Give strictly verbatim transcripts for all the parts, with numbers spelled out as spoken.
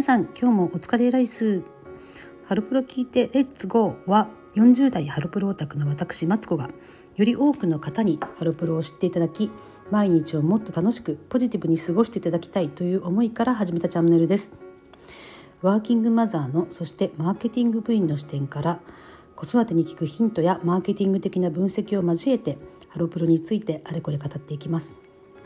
さん、今日もお疲れライス。ハロプロ聞いてレッツゴーはよんじゅう代ハロプロオタクの私マツコがより多くの方にハロプロを知っていただき、毎日をもっと楽しくポジティブに過ごしていただきたいという思いから始めたチャンネルです。ワーキングマザーの、そしてマーケティング部員の視点から子育てに効くヒントやマーケティング的な分析を交えてハロプロについてあれこれ語っていきます。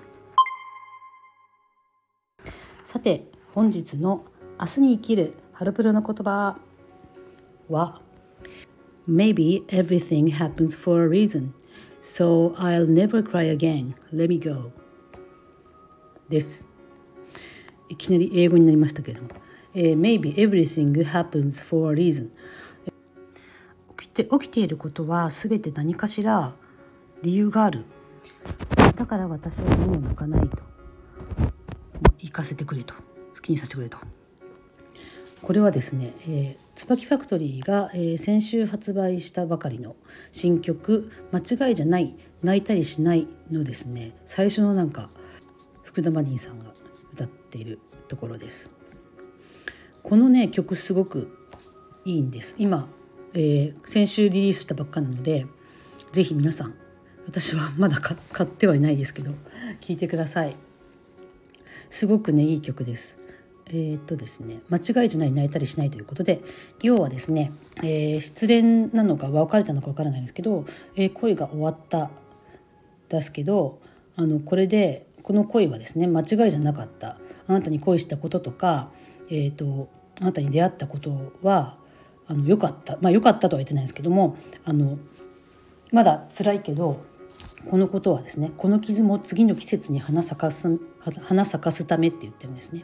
さて、本日の明日に生きるハロプロの言葉は Maybe everything happens for a reason, so I'll never cry again. Let me go です。いきなり英語になりましたけれども、えー、Maybe everything happens for a reason。 起きて、起きていることはすべて何かしら理由がある。だから私は目を抜かないと、行かせてくれと、好きにさせてくれと。これはですね、えー、椿ファクトリーが、えー、先週発売したばかりの新曲間違いじゃない、泣いたりしないのですね、最初のなんか福田真凜さんが歌っているところです。このね曲すごくいいんです。今、えー、先週リリースしたばっかなので、ぜひ皆さん、私はまだ買ってはいないですけど聴いてください。すごくねいい曲です。えー、っとですね間違いじゃない、泣いたりしないということで、要はですね、えー、失恋なのか別れたのか分からないんですけど、えー、恋が終わったですけど、あのこれでこの恋はですね間違いじゃなかった、あなたに恋したこととか、えー、とあなたに出会ったことはあの良かった、まあ良かったとは言ってないんですけども、あのまだ辛いけどこのことはですね、この傷も次の季節に花咲かす花咲かすためって言ってるんですね。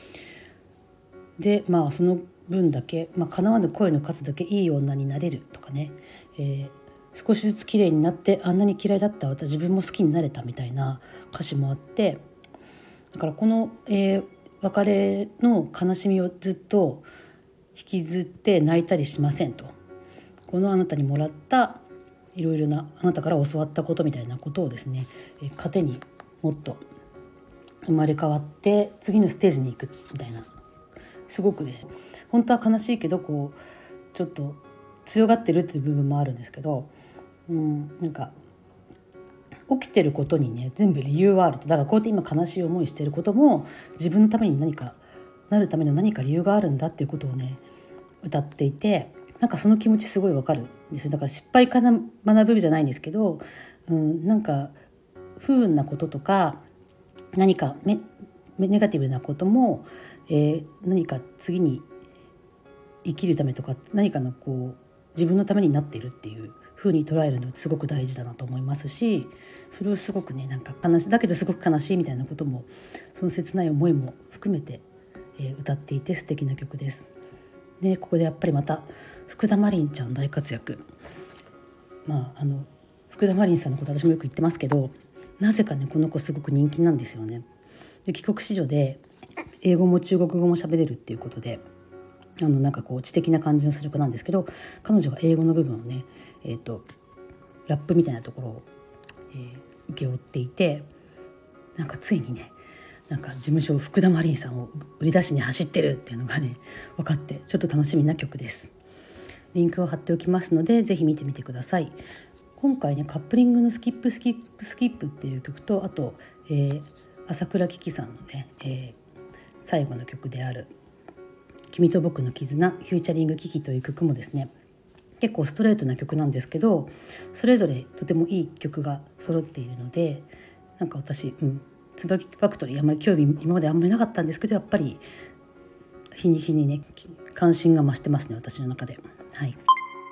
で、まあその分だけ、まあ、叶わぬ恋の数だけいい女になれるとかね、えー、少しずつ綺麗になって、あんなに嫌いだった私自分も好きになれたみたいな歌詞もあって、だからこの、えー、別れの悲しみをずっと引きずって泣いたりしませんと。このあなたにもらったいろいろな、あなたから教わったことみたいなことをですね、えー、糧にもっと生まれ変わって次のステージに行くみたいな、すごくね本当は悲しいけどこうちょっと強がってるっていう部分もあるんですけど、うん、なんか起きてることにね全部理由はあると。だからこうやって今悲しい思いしてることも自分のために何かなるための何か理由があるんだっていうことをね歌っていて、なんかその気持ちすごいわかるんですよ。だから失敗から学ぶじゃないんですけど、うん、なんか不運なこととか何かめネガティブなことも、えー、何か次に生きるためとか何かのこう自分のためになっているっていう風に捉えるのすごく大事だなと思いますし、それをすごくねなんか悲しいだけどすごく悲しいみたいなことも、その切ない思いも含めて、えー、歌っていて素敵な曲です。でここでやっぱりまた福田真凜ちゃん大活躍。まああの福田真凜さんのこと私もよく言ってますけど、なぜかねこの子すごく人気なんですよね。で帰国子女で英語も中国語も喋れるっていうことで、あのなんかこう知的な感じのする子なんですけど、彼女が英語の部分をね、えーと、ラップみたいなところを、えー、請け負っていて、なんかついにねなんか事務所福田真凜さんを売り出しに走ってるっていうのがね分かって、ちょっと楽しみな曲です。リンクを貼っておきますのでぜひ見てみてください。今回ねカップリングのスキップスキップスキップっていう曲と、あと、えー、朝倉貴樹さんのね、えー、最後の曲である君と僕の絆フューチャリングキキという曲もですね、結構ストレートな曲なんですけど、それぞれとてもいい曲が揃っているので、なんか私、うん、椿ファクトリーあんまり興味今まであんまりなかったんですけど、やっぱり日に日にね関心が増してますね私の中で。はい。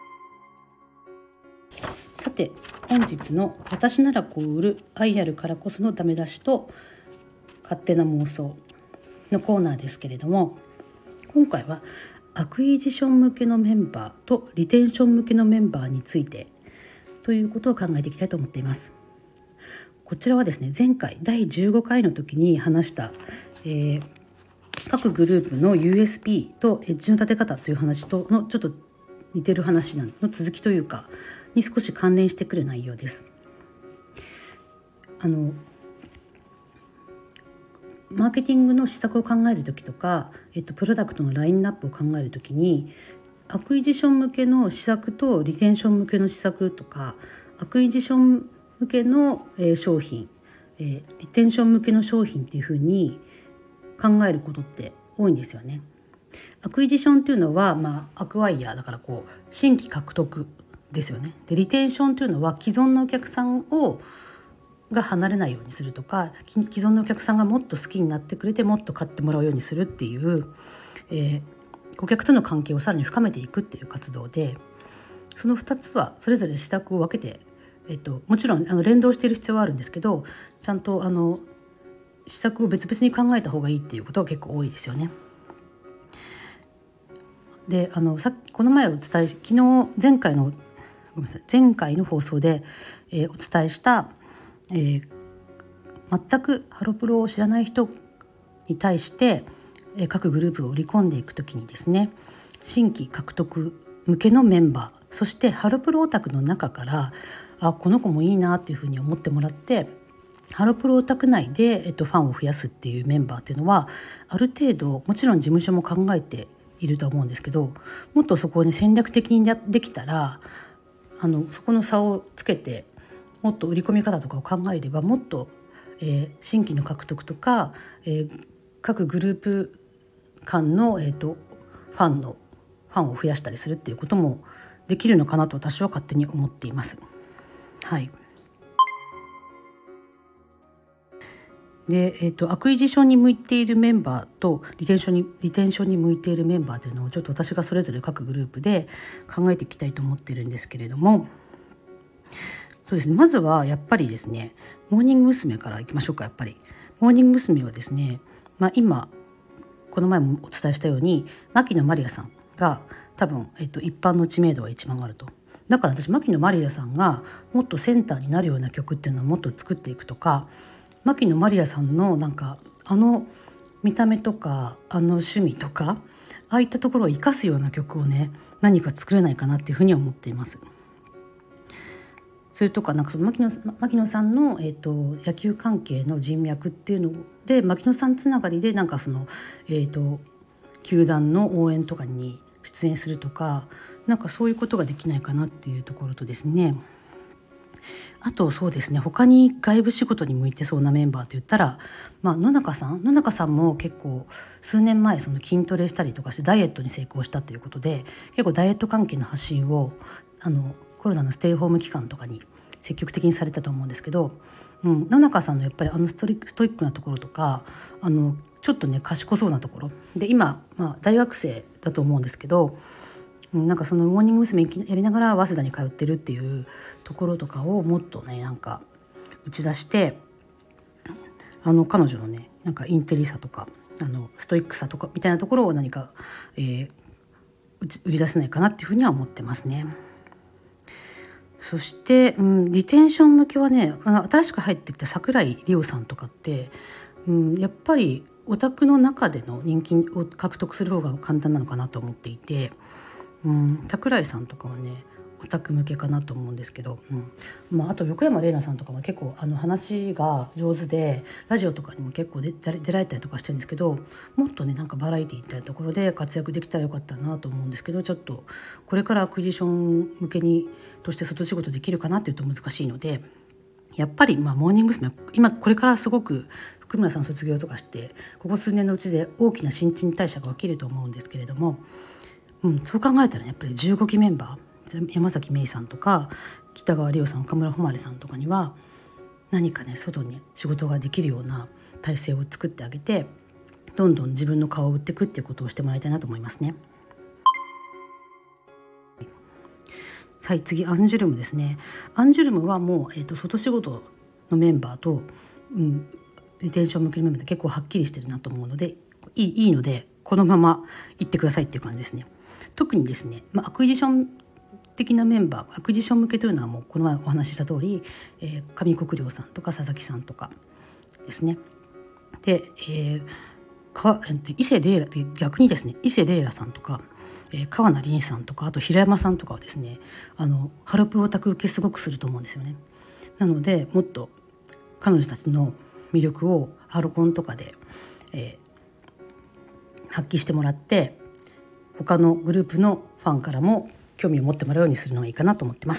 さて本日の私ならこう売る愛あるからこそのダメ出しと勝手な妄想のコーナーですけれども、今回はアクイジション向けのメンバーとリテンション向けのメンバーについてということを考えていきたいと思っています。こちらはですね前回だいじゅうごかいの時に話した、えー、各グループの ユーエスピー とエッジの立て方という話とのちょっと似てる話の続きというかに少し関連してくる内容です。あのマーケティングの施策を考える時とか、えっと、プロダクトのラインナップを考える時にアクイジション向けの施策とリテンション向けの施策とか、アクイジション向けの、えー、商品、えー、リテンション向けの商品っていう風に考えることって多いんですよね。アクイジションっていうのは、まあ、アクワイヤーだからこう新規獲得ですよね。でリテンションというのは既存のお客さんをが離れないようにするとか、既存のお客さんがもっと好きになってくれてもっと買ってもらうようにするっていう、えー、顧客との関係をさらに深めていくっていう活動で、そのふたつはそれぞれ施策を分けて、えっと、もちろんあの連動している必要はあるんですけど、ちゃんとあの施策を別々に考えた方がいいっていうことが結構多いですよね。であのさこの前お伝えし昨日前回のごめんなさい前回の放送で、えー、お伝えした、えー、全くハロプロを知らない人に対して、えー、各グループを売り込んでいくときにですね、新規獲得向けのメンバー、そしてハロプロオタクの中からあこの子もいいなっていうふうに思ってもらって、ハロプロオタク内で、えっと、ファンを増やすっていうメンバーっていうのはある程度もちろん事務所も考えていると思うんですけど、もっとそこをね戦略的にできたら、あのそこの差をつけてもっと売り込み方とかを考えれば、もっと、えー、新規の獲得とか、えー、各グループ間の、えーと、ファンのファンを増やしたりするっていうこともできるのかなと私は勝手に思っています。はい。で、えーと、アクイジションに向いているメンバーとリテンションに、リテンションに向いているメンバーというのをちょっと私がそれぞれ各グループで考えていきたいと思ってるんですけれども、そうですね、まずはやっぱりですね、モーニング娘。からいきましょうか。やっぱりモーニング娘。はですね、まあ、今この前もお伝えしたように牧野まりやさんが多分、えっと、一般の知名度が一番あると。だから私牧野まりやさんがもっとセンターになるような曲っていうのをもっと作っていくとか、牧野まりやさんのなんかあの見た目とかあの趣味とかああいったところを生かすような曲をね何か作れないかなっていうふうには思っています。それとかなんかその牧野、牧野さんの、えーと、野球関係の人脈っていうので牧野さんつながりでなんかその、えーと、球団の応援とかに出演するとか、なんかそういうことができないかなっていうところとですね、あとそうですね、他に外部仕事に向いてそうなメンバーといったら、まあ、野中さん野中さんも結構数年前その筋トレしたりとかしてダイエットに成功したということで、結構ダイエット関係の発信をあのコロナのステイホーム期間とかに積極的にされたと思うんですけど、うん、野中さんのやっぱりあのストリストイックなところとか、あのちょっとね賢そうなところで今、まあ、大学生だと思うんですけど、なんかそのモーニング娘。やりながら早稲田に通ってるっていうところとかをもっとねなんか打ち出して、あの彼女のねなんかインテリさとかあのストイックさとかみたいなところを何か、えー、売り出せないかなっていうふうには思ってますね。そして、うん、リテンション向けはね、あの新しく入ってきた桜井里央さんとかって、うん、やっぱりオタクの中での人気を獲得する方が簡単なのかなと思っていて、うん、桜井さんとかはねオタク向けかなと思うんですけど、うんまあ、あと横山玲奈さんとかも結構あの話が上手でラジオとかにも結構出出られたりとかしてるんですけど、もっとねなんかバラエティみたいなところで活躍できたらよかったなと思うんですけど、ちょっとこれからアクイジション向けにとして外仕事できるかなっていうと難しいので、やっぱりまあモーニング娘。今これからすごく福村さん卒業とかしてここ数年のうちで大きな新陳代謝が起きると思うんですけれども、うん、そう考えたら、ね、やっぱりじゅうごきメンバー山崎芽衣さんとか北川里央さん岡村誉さんとかには何かね外に仕事ができるような体制を作ってあげて、どんどん自分の顔を売っていくっていうことをしてもらいたいなと思いますね。はい、次アンジュルムですね。アンジュルムはもう、えーと、外仕事のメンバーと、うん、リテンション向けのメンバーで結構はっきりしてるなと思うのでいい、いいのでこのまま行ってくださいっていう感じですね。特にですね、まあ、アクイジション的なメンバー、アクイジション向けというのはもうこの前お話しした通り、えー、上国良さんとか佐々木さんとかですね。で、えー、か伊勢レイラ逆にですね伊勢レイラさんとか、えー、川名凛さんとかあと平山さんとかはですね、あのハロプロオタク受けすごくすると思うんですよね。なのでもっと彼女たちの魅力をハロコンとかで、えー、発揮してもらって、他のグループのファンからも興味を持ってもらうようにするのがいいかなと思ってます。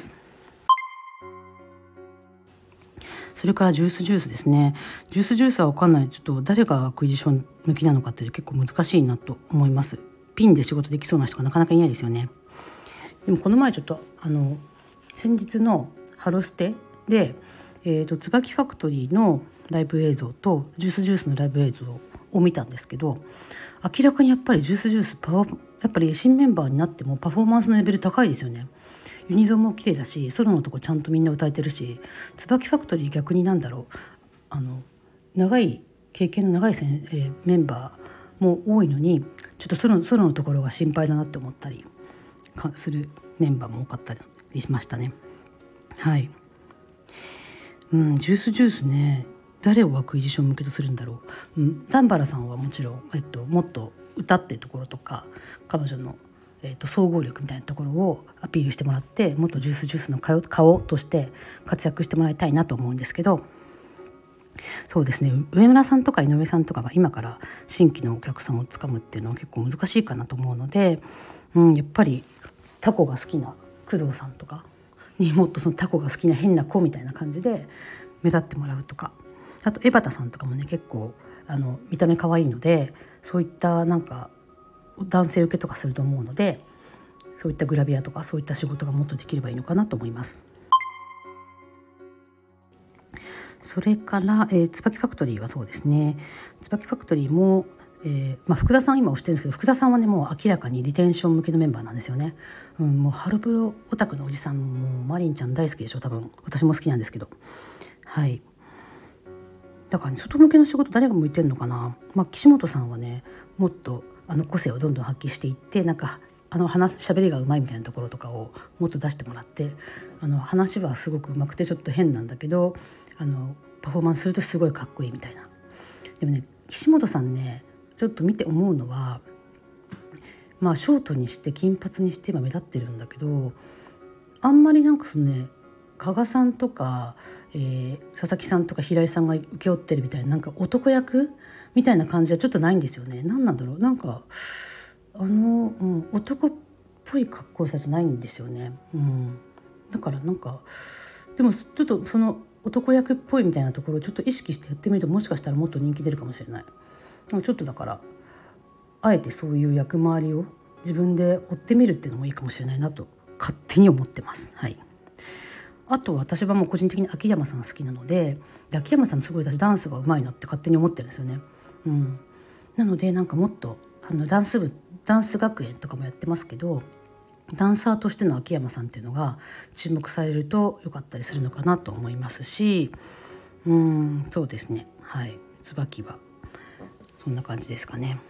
それからジュースジュースですね。ジュースジュースは分かんない。ちょっと誰がアクイジション向きなのかっていう結構難しいなと思います。ピンで仕事できそうな人がなかなかいないですよね。でもこの前ちょっとあの先日のハロステで、えーと、椿ファクトリーのライブ映像とジュースジュースのライブ映像を見たんですけど、明らかにやっぱりジュースジュースパワーやっぱり新メンバーになってもパフォーマンスのレベル高いですよね。ユニゾンも綺麗だし、ソロのとこちゃんとみんな歌えてるし、椿ファクトリー逆になんだろう、あの長い経験の長いせん、えー、メンバーも多いのに、ちょっとソロ、ソロのところが心配だなって思ったりするメンバーも多かったりしましたね。はい、うん、ジュースジュースね、誰をアクイジション向けとするんだろう、うん、ダンバラさんはもちろん、えっと、もっと歌っていうところとか彼女の、えっと、総合力みたいなところをアピールしてもらって、もっとジュースジュースの顔、顔として活躍してもらいたいなと思うんですけど、そうですね、上村さんとか井上さんとかが今から新規のお客さんをつかむっていうのは結構難しいかなと思うので、うん、やっぱりタコが好きな工藤さんとかにもっとそのタコが好きな変な子みたいな感じで目立ってもらうとか、あと江端さんとかもね結構あの見た目可愛いので、そういったなんか男性受けとかすると思うので、そういったグラビアとかそういった仕事がもっとできればいいのかなと思います。それから、えー、椿ファクトリーはそうですね、椿ファクトリーも、えーまあ、福田さん今推してるんですけど、福田さんはねもう明らかにリテンション向けのメンバーなんですよね、うん、もうハロプロオタクのおじさん、もうマリンちゃん大好きでしょ多分。私も好きなんですけど、はいだから、ね、外向けの仕事誰が向いてるのかな、まあ、岸本さんはねもっとあの個性をどんどん発揮していって、なんかあの話しゃべりがうまいみたいなところとかをもっと出してもらって、あの話はすごくうまくてちょっと変なんだけど、あのパフォーマンスするとすごいかっこいいみたいな。でもね岸本さんねちょっと見て思うのは、まあショートにして金髪にして今目立ってるんだけど、あんまりなんかそのね加賀さんとか、えー、佐々木さんとか平井さんが請け負ってるみたいな、なんか男役みたいな感じはちょっとないんですよね。何なんだろう、なんかあの、うん、男っぽい格好さじゃないんですよね、うん、だからなんかでもちょっとその男役っぽいみたいなところをちょっと意識してやってみると、もしかしたらもっと人気出るかもしれない。ちょっとだからあえてそういう役回りを自分で追ってみるっていうのもいいかもしれないなと勝手に思ってます。はい。あと私はもう個人的に秋山さん好きなので、で秋山さんすごい私ダンスがうまいなって勝手に思ってるんですよね、うん、なのでなんかもっとあのダンス部ダンス学園とかもやってますけど、ダンサーとしての秋山さんっていうのが注目されると良かったりするのかなと思いますし、うーんそうですね、はい椿はそんな感じですかね。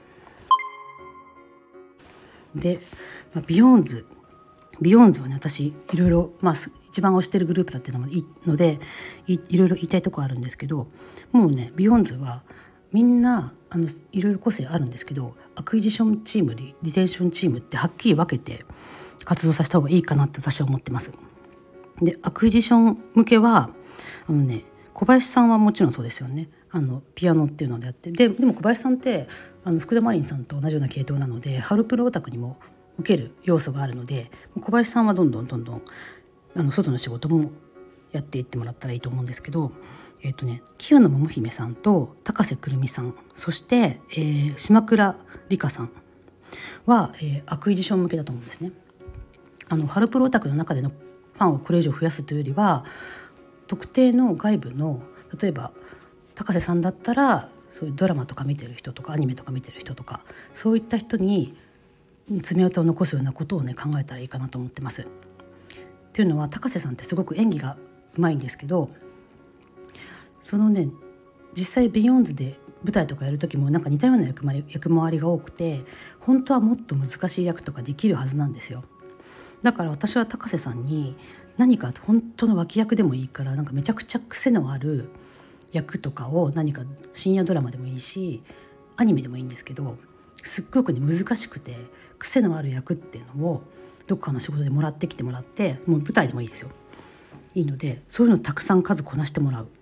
で、まあ、ビヨーンズビヨーンズはね私いろいろ、まあ、一番推してるグループだっていうのもいいので い, いろいろ言いたいところあるんですけど、もうねビヨーンズはみんなあのいろいろ個性あるんですけど、アクイジションチームリテンションチームってはっきり分けて活動させた方がいいかなって私は思ってます。でアクイジション向けはあのね小林さんはもちろんそうですよね、あのピアノっていうのであって、ででも小林さんってあの福田真凜さんと同じような系統なのでハロプロオタクにも受ける要素があるので、小林さんはどんどんどんどんあの外の仕事もやっていってもらったらいいと思うんですけど、えーとね、清野桃姫さんと高瀬くるみさん、そして、えー、島倉理香さんは、えー、アクイジション向けだと思うんですね。あのハロプロオタクの中でのファンをこれ以上増やすというよりは、特定の外部の例えば高瀬さんだったらそういうドラマとか見てる人とかアニメとか見てる人とか、そういった人に爪痕を残すようなことをね考えたらいいかなと思ってます。っていうのは高瀬さんってすごく演技がうまいんですけど、そのね実際ビヨンズで舞台とかやる時もなんか似たような役回り、役回りが多くて、本当はもっと難しい役とかできるはずなんですよ。だから私は高瀬さんに何か本当の脇役でもいいから、なんかめちゃくちゃ癖のある役とかを、何か深夜ドラマでもいいしアニメでもいいんですけど、すっごくね難しくて癖のある役っていうのをどっかの仕事でもらってきてもらって、もう舞台でもいいですよ、いいのでそういうのをたくさん数こなしてもらう。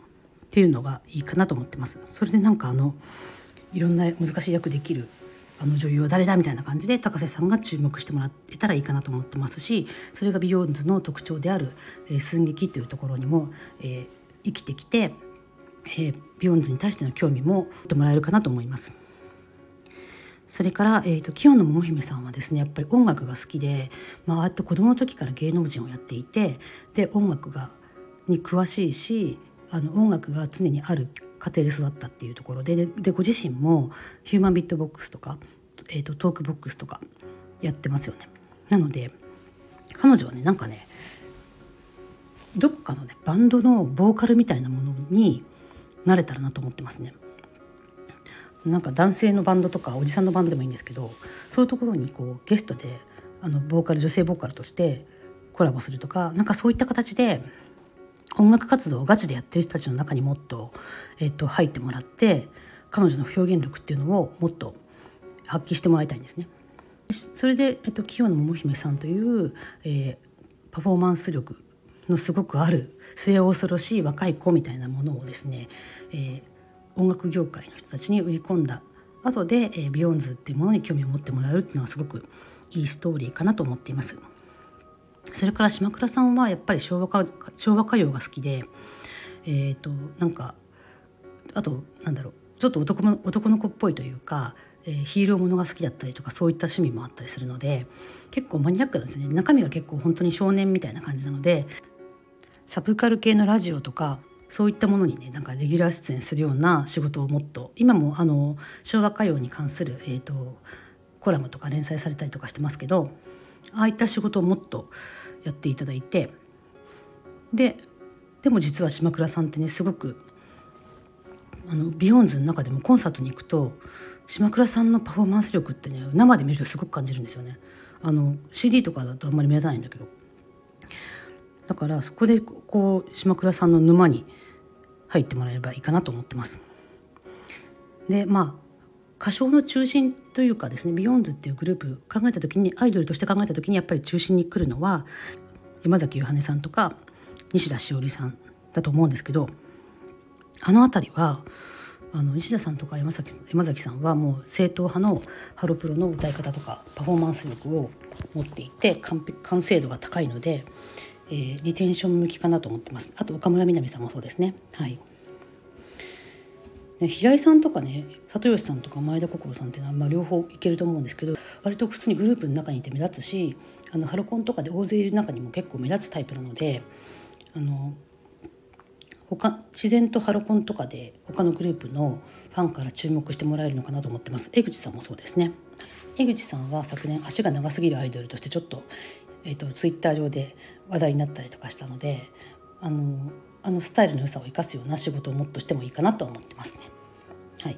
っていうのがいいかなと思ってます。それでなんかあのいろんな難しい役できるあの女優は誰だみたいな感じで高瀬さんが注目してもらえたらいいかなと思ってますし、それがビヨンズの特徴である、えー、寸劇というところにも、えー、生きてきて、えー、ビヨンズに対しての興味も持ってもらえるかなと思います。それから、えーと、清野桃姫さんはですね、やっぱり音楽が好きで、まあ、ああやって子供の時から芸能人をやっていて、で音楽がに詳しいし、あの音楽が常にある家庭で育ったっていうところで、で、でご自身もヒューマンビットボックスとか、えーと、トークボックスとかやってますよね。なので彼女はね、なんかね、どっかのねバンドのボーカルみたいなものになれたらなと思ってますね。なんか男性のバンドとかおじさんのバンドでもいいんですけど、そういうところにこうゲストであのボーカル女性ボーカルとしてコラボするとか、なんかそういった形で音楽活動をガチでやってる人たちの中にもっと、えー、と入ってもらって、彼女の表現力っていうのをもっと発揮してもらいたいんですね。それで、えー、と清野桃姫さんという、えー、パフォーマンス力のすごくある末恐ろしい若い子みたいなものをですね、えー音楽業界の人たちに売り込んだ後で、えー、ビヨンズっていうものに興味を持ってもらえるっていうのはすごくいいストーリーかなと思っています。それから島倉さんはやっぱり昭和歌、昭和歌謡が好きで、えーとなんかあとなんだろう、ちょっと男の、男の子っぽいというか、えー、ヒーローものが好きだったりとか、そういった趣味もあったりするので、結構マニアックなんですね。中身が結構本当に少年みたいな感じなので、サブカル系のラジオとかそういったものにね、なんかレギュラー出演するような仕事をもっと、今もあの昭和歌謡に関する、えーと、コラムとか連載されたりとかしてますけど、ああいった仕事をもっとやっていただいて、ででも実は島倉さんってね、すごくあのビヨンズの中でもコンサートに行くと島倉さんのパフォーマンス力ってね、生で見るとすごく感じるんですよね。あの シーディー とかだとあんまり目立たないんだけど、だからそこでこう島倉さんの沼に入ってもらえればいいかなと思ってます。でまあ歌唱の中心というかですね、ビヨンズっていうグループ考えた時に、アイドルとして考えた時にやっぱり中心に来るのは山崎ゆはねさんとか西田しおりさんだと思うんですけど、あの辺りはあの西田さんとか山崎、山崎さんはもう正統派のハロプロの歌い方とかパフォーマンス力を持っていて、完璧完成度が高いので、えー、リテンション向きかなと思ってます。あと岡村みなみさんもそうですね。はい。で平井さんとかね、里吉さんとか前田心さんっていうのは、まあ、両方いけると思うんですけど、割と普通にグループの中にいて目立つし、あのハロコンとかで大勢いる中にも結構目立つタイプなので、あの他自然とハロコンとかで他のグループのファンから注目してもらえるのかなと思ってます。江口さんもそうですね。江口さんは昨年足が長すぎるアイドルとしてちょっと、えーと、ツイッター上で話題になったりとかしたので、あのあのスタイルの良さを生かすような仕事をもっとしてもいいかなと思ってますね。はい。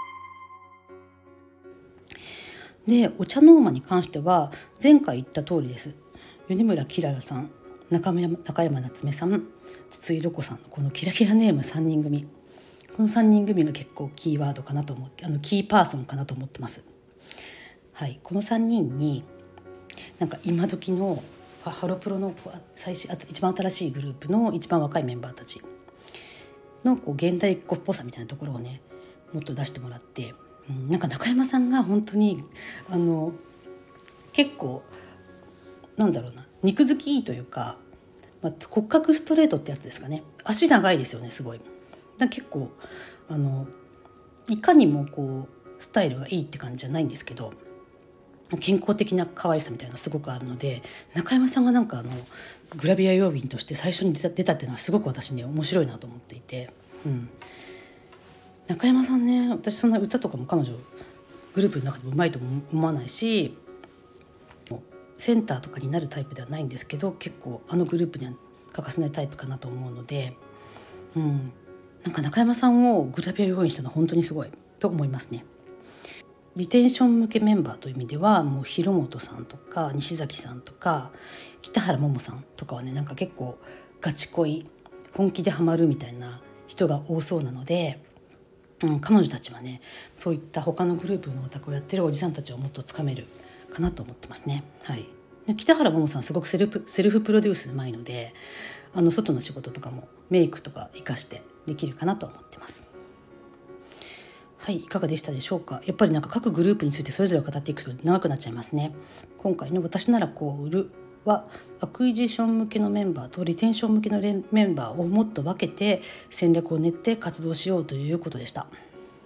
でお茶ノーマに関しては前回言った通りです。米村きららさん、中山、中山夏目さん、筒井ロコさんのこのキラキラネームさんにん組、このさんにん組が結構キーワードかなと思って、あのキーパーソンかなと思ってます。はい、このさんにんになんか今時のハロプロの最新一番新しいグループの一番若いメンバーたちのこう現代っ子っぽさみたいなところをね、もっと出してもらって、うん、なんか中山さんが本当にあの結構なんだろうな、肉付きいいというか、まあ、骨格ストレートってやつですかね。足長いですよね、すごい。だ結構あのいかにもこうスタイルがいいって感じじゃないんですけど、健康的な可愛さみたいなのすごくあるので、中山さんがなんかあのグラビア曜日として最初に出た、出たっていうのはすごく私ね面白いなと思っていて、うん、中山さんね、私そんな歌とかも彼女グループの中でもうまいとも思わないし、センターとかになるタイプではないんですけど、結構あのグループには欠かせないタイプかなと思うので、うん、なんか中山さんをグラビア要員したのは本当にすごいと思いますね。リテンション向けメンバーという意味ではもう広本さんとか西崎さんとか北原桃さんとかはね、なんか結構ガチ恋本気でハマるみたいな人が多そうなので、うん、彼女たちはねそういった他のグループのオタクをやってるおじさんたちをもっとつかめるかなと思ってますね。はい。北原桃さんすごくセルフ、セルフプロデュースうまいので、あの外の仕事とかもメイクとか活かしてできるかなと思ってます。はい、いかがでしたでしょうか。やっぱりなんか各グループについてそれぞれ語っていくと長くなっちゃいますね。今回の私ならこう売るはアクイジション向けのメンバーとリテンション向けのメンバーをもっと分けて戦略を練って活動しようということでした。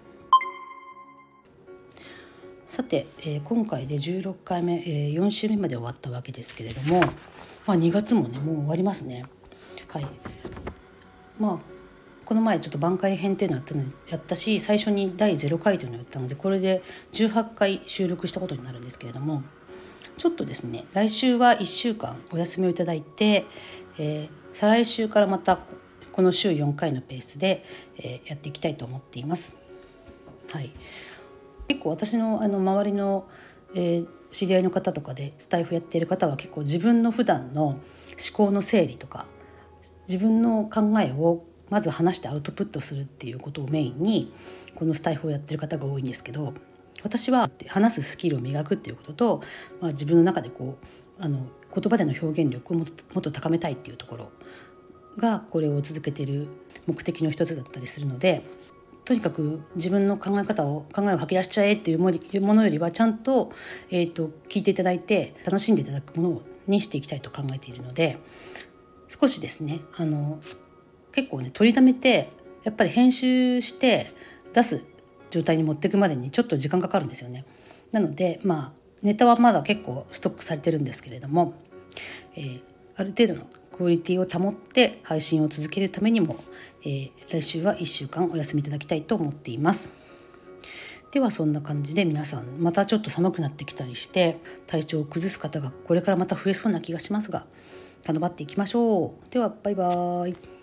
さて、えー、今回でじゅうろっかいめ、えー、よん週目まで終わったわけですけれども、まあ、にがつもねもう終わりますね。はい、まあこの前ちょっと番外編っていうのをやったのやったし、最初にだいゼロかいというのをやったので、これでじゅうはちかい収録したことになるんですけれども、ちょっとですね来週はいっしゅうかんお休みをいただいて、えー、再来週からまたこの週よんかいのペースで、えー、やっていきたいと思っています。はい、結構私のあの周りの、えー、知り合いの方とかでスタイフやっている方は結構自分の普段の思考の整理とか自分の考えをまず話してアウトプットするっていうことをメインにこのスタイフをやってる方が多いんですけど、私は話すスキルを磨くっていうことと、まあ、自分の中でこうあの言葉での表現力をもっと、もっと高めたいっていうところがこれを続けている目的の一つだったりするので、とにかく自分の考え方を考えを吐き出しちゃえっていうものよりはちゃんと、えーと、聞いていただいて楽しんでいただくものにしていきたいと考えているので、少しですねあの結構ね取りためてやっぱり編集して出す状態に持っていくまでにちょっと時間かかるんですよね。なのでまあネタはまだ結構ストックされてるんですけれども、えー、ある程度のクオリティを保って配信を続けるためにも、えー、来週はいっしゅうかんお休みいただきたいと思っています。ではそんな感じで皆さんまたちょっと寒くなってきたりして体調を崩す方がこれからまた増えそうな気がしますが、頼まっていきましょう。ではバイバイ。